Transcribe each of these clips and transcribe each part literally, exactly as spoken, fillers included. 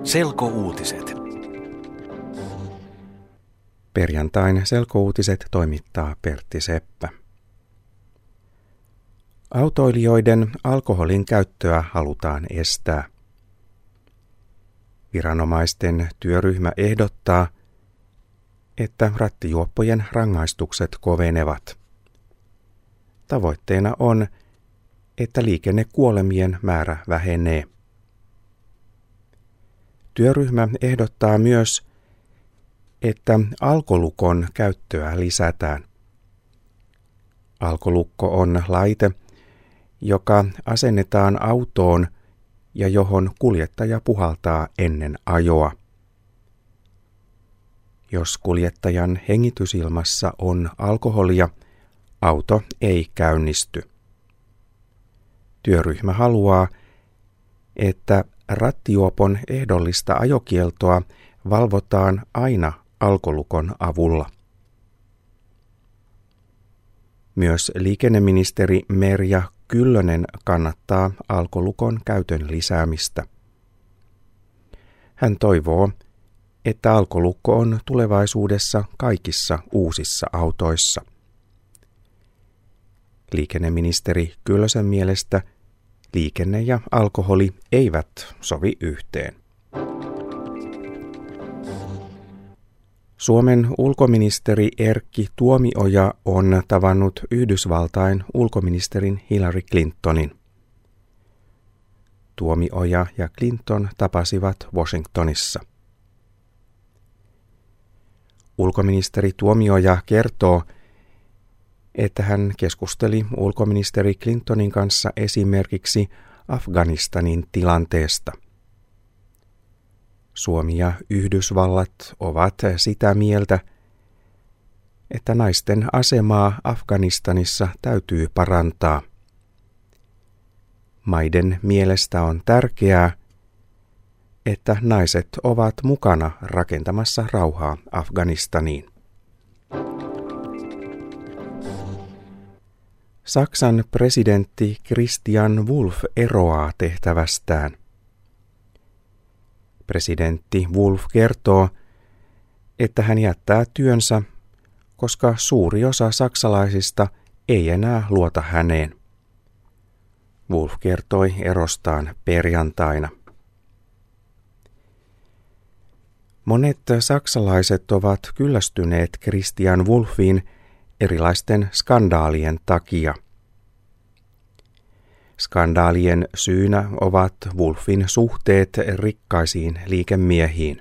Selkouutiset. Perjantain selkouutiset toimittaa Pertti Seppä. Autoilijoiden alkoholin käyttöä halutaan estää. Viranomaisten työryhmä ehdottaa, että rattijuoppojen rangaistukset kovenevat. Tavoitteena on, että liikennekuolemien määrä vähenee. Työryhmä ehdottaa myös, että alkolukon käyttöä lisätään. Alkolukko on laite, joka asennetaan autoon ja johon kuljettaja puhaltaa ennen ajoa. Jos kuljettajan hengitysilmassa on alkoholia, auto ei käynnisty. Työryhmä haluaa, että rattijuopon ehdollista ajokieltoa valvotaan aina alkolukon avulla. Myös liikenneministeri Merja Kyllönen kannattaa alkolukon käytön lisäämistä. Hän toivoo, että alkolukko on tulevaisuudessa kaikissa uusissa autoissa. Liikenneministeri Kyllösen mielestä liikenne ja alkoholi eivät sovi yhteen. Suomen ulkoministeri Erkki Tuomioja on tavannut Yhdysvaltain ulkoministerin Hillary Clintonin. Tuomioja ja Clinton tapasivat Washingtonissa. Ulkoministeri Tuomioja kertoo, että hän keskusteli ulkoministeri Clintonin kanssa esimerkiksi Afganistanin tilanteesta. Suomi ja Yhdysvallat ovat sitä mieltä, että naisten asemaa Afganistanissa täytyy parantaa. Maiden mielestä on tärkeää, että naiset ovat mukana rakentamassa rauhaa Afganistaniin. Saksan presidentti Christian Wulff eroaa tehtävästään. Presidentti Wulff kertoo, että hän jättää työnsä, koska suuri osa saksalaisista ei enää luota häneen. Wulff kertoi erostaan perjantaina. Monet saksalaiset ovat kyllästyneet Christian Wulffiin erilaisten skandaalien takia. Skandaalien syynä ovat Wulffin suhteet rikkaisiin liikemiehiin.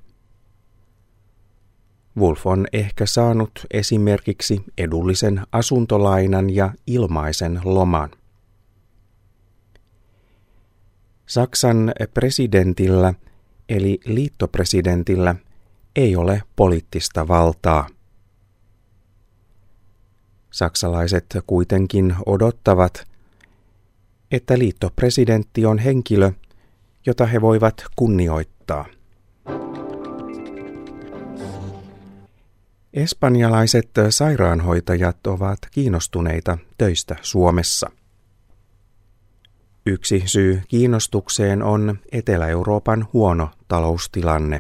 Wulff on ehkä saanut esimerkiksi edullisen asuntolainan ja ilmaisen loman. Saksan presidentillä eli liittopresidentillä ei ole poliittista valtaa. Saksalaiset kuitenkin odottavat, että liittopresidentti on henkilö, jota he voivat kunnioittaa. Espanjalaiset sairaanhoitajat ovat kiinnostuneita töistä Suomessa. Yksi syy kiinnostukseen on Etelä-Euroopan huono taloustilanne.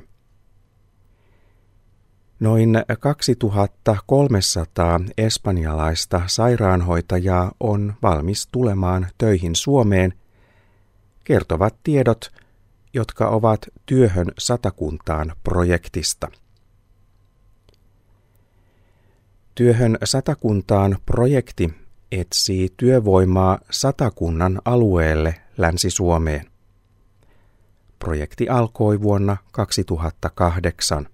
Noin kaksituhattakolmesataa espanjalaista sairaanhoitajaa on valmis tulemaan töihin Suomeen, kertovat tiedot, jotka ovat Työhön Satakuntaan projektista. Työhön Satakuntaan projekti etsii työvoimaa Satakunnan alueelle Länsi-Suomeen. Projekti alkoi vuonna kaksituhattakahdeksan.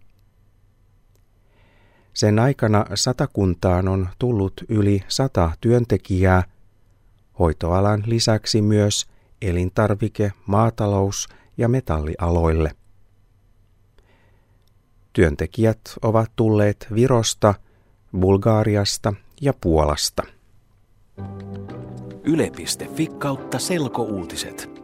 Sen aikana Satakuntaan on tullut yli sata työntekijää, hoitoalan lisäksi myös elintarvike-, maatalous- ja metallialoille. Työntekijät ovat tulleet Virosta, Bulgariasta ja Puolasta. Yle piste fi kautta selkouutiset.